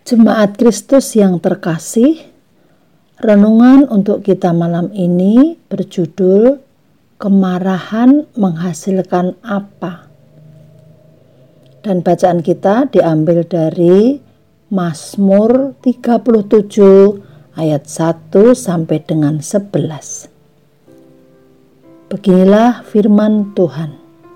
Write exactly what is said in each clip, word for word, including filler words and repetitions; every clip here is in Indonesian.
Jemaat Kristus yang terkasih, renungan untuk kita malam ini berjudul Kemarahan Menghasilkan Apa? Dan bacaan kita diambil dari Mazmur tiga puluh tujuh ayat satu sampai dengan sebelas. Beginilah firman Tuhan.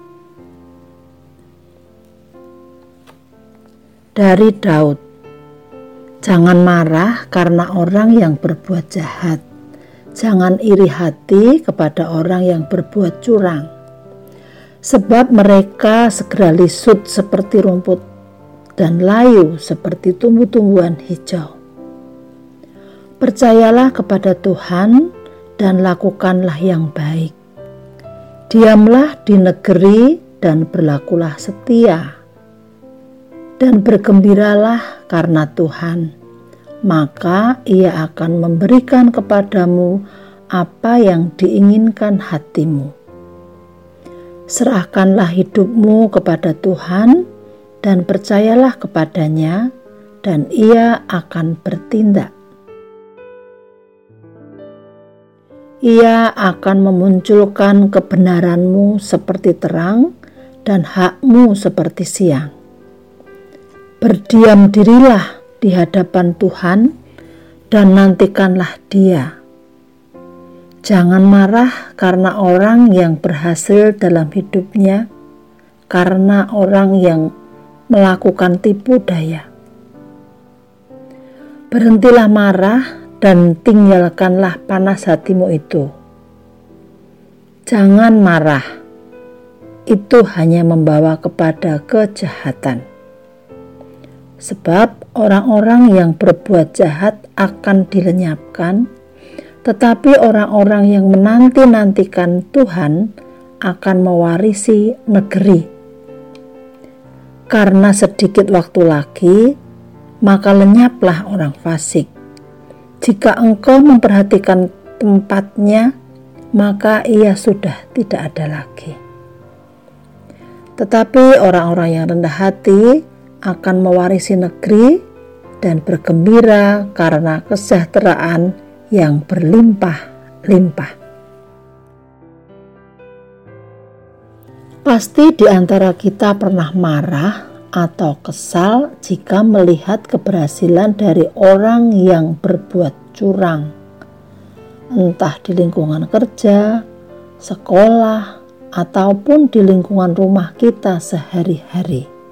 Dari Daud. Jangan marah karena orang yang berbuat jahat. Jangan iri hati kepada orang yang berbuat curang. Sebab mereka segera lisut seperti rumput dan layu seperti tumbuh-tumbuhan hijau. Percayalah kepada Tuhan dan lakukanlah yang baik. Diamlah di negeri dan berlakulah setia. Dan bergembiralah karena Tuhan, maka Ia akan memberikan kepadamu apa yang diinginkan hatimu. Serahkanlah hidupmu kepada Tuhan dan percayalah kepadanya, dan Ia akan bertindak. Ia akan memunculkan kebenaranmu seperti terang dan hakmu seperti siang. Berdiam dirilah di hadapan Tuhan dan nantikanlah Dia. Jangan marah karena orang yang berhasil dalam hidupnya, karena orang yang melakukan tipu daya. Berhentilah marah dan tinggalkanlah panas hatimu itu. Jangan marah, itu hanya membawa kepada kejahatan. Sebab orang-orang yang berbuat jahat akan dilenyapkan, tetapi orang-orang yang menanti-nantikan Tuhan akan mewarisi negeri. Karena sedikit waktu lagi, maka lenyaplah orang fasik. Jika engkau memperhatikan tempatnya, maka ia sudah tidak ada lagi. Tetapi orang-orang yang rendah hati akan mewarisi negeri dan bergembira karena kesejahteraan yang berlimpah-limpah. Pasti di antara kita pernah marah atau kesal jika melihat keberhasilan dari orang yang berbuat curang, entah di lingkungan kerja, sekolah, ataupun di lingkungan rumah kita sehari-hari.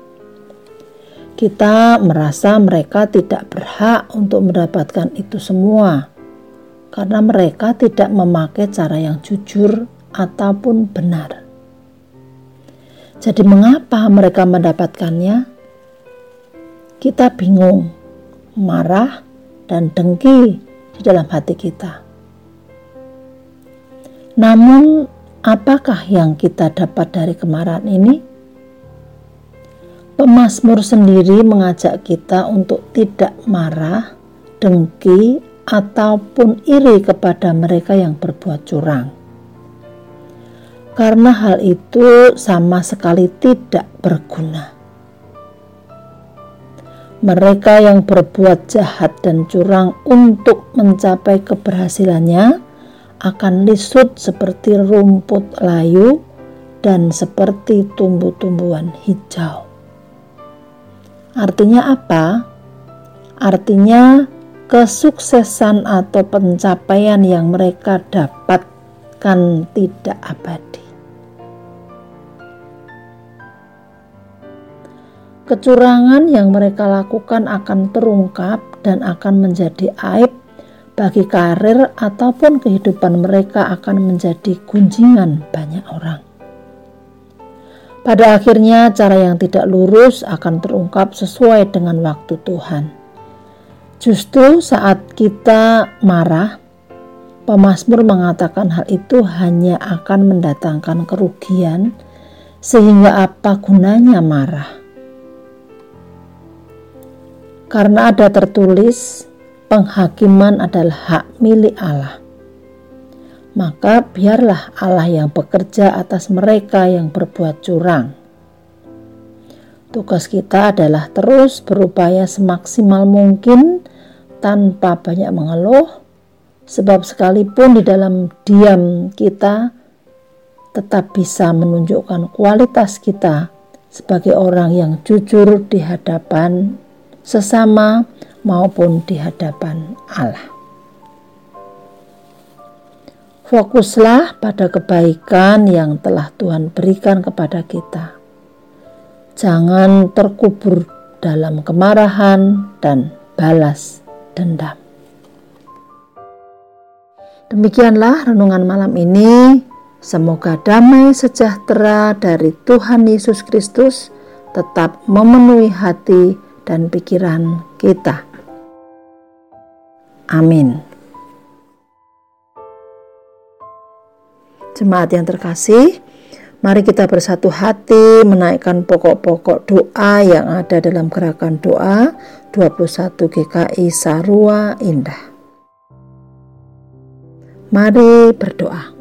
Kita merasa mereka tidak berhak untuk mendapatkan itu semua karena mereka tidak memakai cara yang jujur ataupun benar. Jadi mengapa mereka mendapatkannya? Kita bingung, marah, dan dengki di dalam hati kita. Namun, apakah yang kita dapat dari kemarahan ini? Pemazmur sendiri mengajak kita untuk tidak marah, dengki, ataupun iri kepada mereka yang berbuat curang. Karena hal itu sama sekali tidak berguna. Mereka yang berbuat jahat dan curang untuk mencapai keberhasilannya akan lisut seperti rumput layu dan seperti tumbuh-tumbuhan hijau. Artinya apa? Artinya kesuksesan atau pencapaian yang mereka dapatkan tidak abadi. Kecurangan yang mereka lakukan akan terungkap dan akan menjadi aib bagi karir ataupun kehidupan mereka, akan menjadi gunjingan banyak orang. Pada akhirnya cara yang tidak lurus akan terungkap sesuai dengan waktu Tuhan. Justru saat kita marah, pemazmur mengatakan hal itu hanya akan mendatangkan kerugian, sehingga apa gunanya marah? Karena ada tertulis, penghakiman adalah hak milik Allah. Maka biarlah Allah yang bekerja atas mereka yang berbuat curang. Tugas kita adalah terus berupaya semaksimal mungkin tanpa banyak mengeluh, sebab sekalipun di dalam diam kita tetap bisa menunjukkan kualitas kita sebagai orang yang jujur di hadapan sesama maupun di hadapan Allah. Fokuslah pada kebaikan yang telah Tuhan berikan kepada kita. Jangan terkubur dalam kemarahan dan balas dendam. Demikianlah renungan malam ini. Semoga damai sejahtera dari Tuhan Yesus Kristus tetap memenuhi hati dan pikiran kita. Amin. Jemaat yang terkasih, mari kita bersatu hati menaikkan pokok-pokok doa yang ada dalam gerakan doa dua puluh satu G K I Sarua Indah. Mari berdoa.